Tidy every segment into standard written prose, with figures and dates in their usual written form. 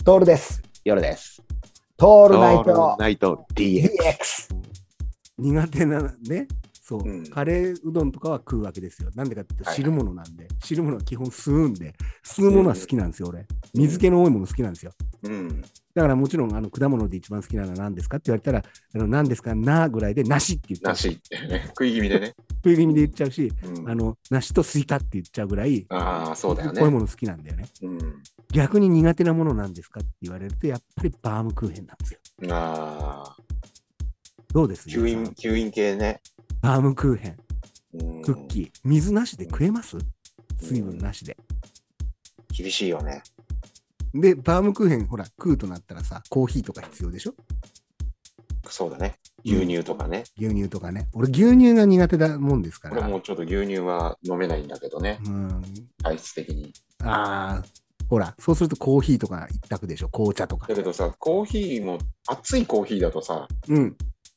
トールです。 夜です。 トールナイオールトナイト DX。 DX。 苦手なね、そう、 うん、 カレーうどんとかは食うわけですよ。なんでかって言うとはい汁物なんで、汁物は基本吸うんで、吸うものは好きなんですよ、俺。水気の多いもの好きなんですよ。 うん。 だからもちろん果物で一番好きなのは何ですかって言われたら、何ですかなぐらいで梨って言っちゃう。 なしってね。食い気味でね。 食い気味で言っちゃうし、 うん、 梨とスイカって言っちゃうぐらい、 ああ、そうだよね。 こういうもの好きなんだよね。 うん、 逆に苦手なものなんですかって言われると、やっぱりバームクーヘンなんですよ。 ああ、 どうです吸引系ね。 バームクーヘン、 うん、 クッキー、水なしで食えます？水分なしで。 厳しいよね。 で、バームクーヘン、ほら、食うとなったらさ、コーヒーとか必要でしょ？ そうだね。牛乳とかね。 牛乳とかね。俺、牛乳が苦手だもんですから。 俺もちょっと牛乳は飲めないんだけどね。体質的に。 ああ、ほら、そうするとコーヒーとか一択でしょ？紅茶とか。 だけどさ、コーヒーも、熱いコーヒーだとさ、 うん。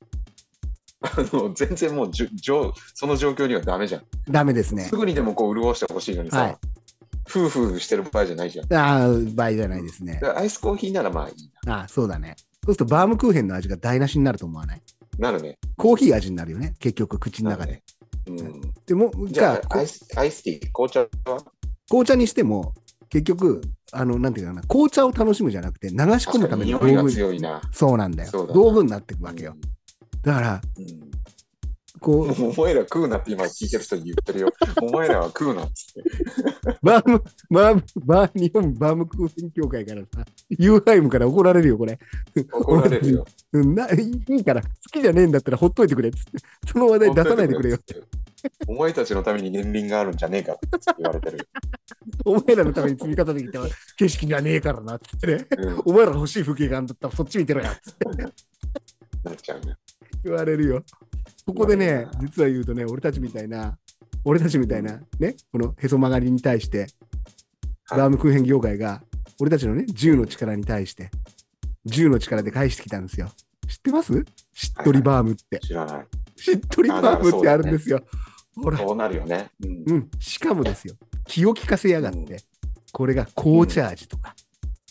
全然もうその状況にはダメじゃん。 ダメですね。 すぐにでもこう潤してほしいのにさ、 はい、 フーフーしてる場合じゃないじゃん。 ああ、場合じゃないですね。 アイスコーヒーならまあいいな。 ああ、そうだね。そうするとバームクーヘンの味が台無しになると思わない？ なるね。 コーヒー味になるよね、結局、口の中で。 ね、うん、 でも、 じゃあアイスティー、紅茶は紅茶にしても、結局、なんていうかな、紅茶を楽しむじゃなくて、流し込むための道具が強いな。 そうなんだよ。道具になっていくわけよ。だから、 こう。お前ら食うなって今聞いてる人に言ってるよ。お前らは食うなっつって。 日本バームクーヘン協会からさ、ユーハイムから怒られるよ、これ。 怒られるよ。 いいから、好きじゃねえんだったらほっといてくれっつって、その話題出さないでくれよって。 お前たちのために年輪があるんじゃねえかって言われてる。 お前らのために積み方できた景色じゃねえからなっつってね。お前ら欲しい風景があるんだったらそっち見てろやっつって。 なっちゃうね。 言われるよ。ここでね、実は言うとね、俺たちみたいなね、このへそ曲がりに対して、バームクーヘン業界が、俺たちのね、10の力に対して、10の力で返してきたんですよ。知ってます？しっとりバームって。 知らない。 しっとりバームってあるんですよ。 ほら。そうなるよね。 しかもですよ、気を利かせやがって、これが紅茶味とか。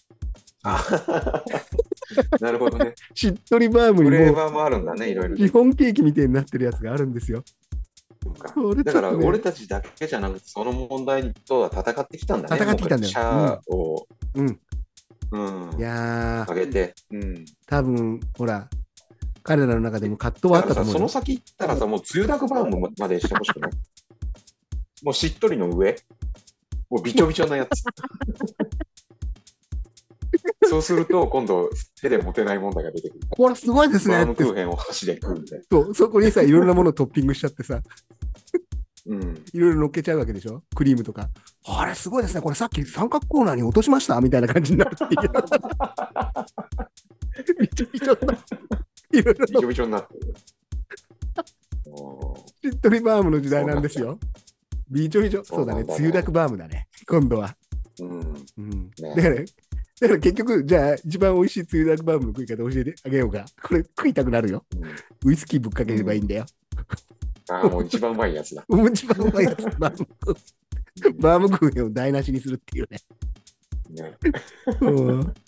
なるほどね。 しっとりバームにもフレーバーもあるんだね、いろいろ。 シフォンケーキみたいになってるやつがあるんですよ。 だから俺たちだけじゃなくて、その問題とは戦ってきたんだね。 戦ってきたんだよ。 シャーを、 いや上げて、 多分ほら、彼らの中でも葛藤はあったと思う。 その先行ったらさ、もうつゆだくバームまでしてほしくない？もうしっとりの上、もうびちょびちょなやつ。そうすると、今度、手で持てない問題が出てくる。 これすごいですね。 バームクーヘンを箸で食うみたいな。 そう、そこにさ、いろんなものをトッピングしちゃってさ、いろいろ乗っけちゃうわけでしょ？クリームとか。あれすごいですね。これさっき三角コーナーに落としましたみたいな感じになるっていう。びちょびちょになって。 びちょびちょになってる。 しっとりバームの時代なんですよ。びちょびちょ。そうだね。つゆだくバームだね。今度は。だから結局、じゃあ一番美味しいつゆだくバームの食い方教えてあげようか。これ食いたくなるよ。ウイスキーぶっかければいいんだよ。 もう一番うまいやつだ。 一番うまいやつ。バームクーヘンを台無しにするっていうね。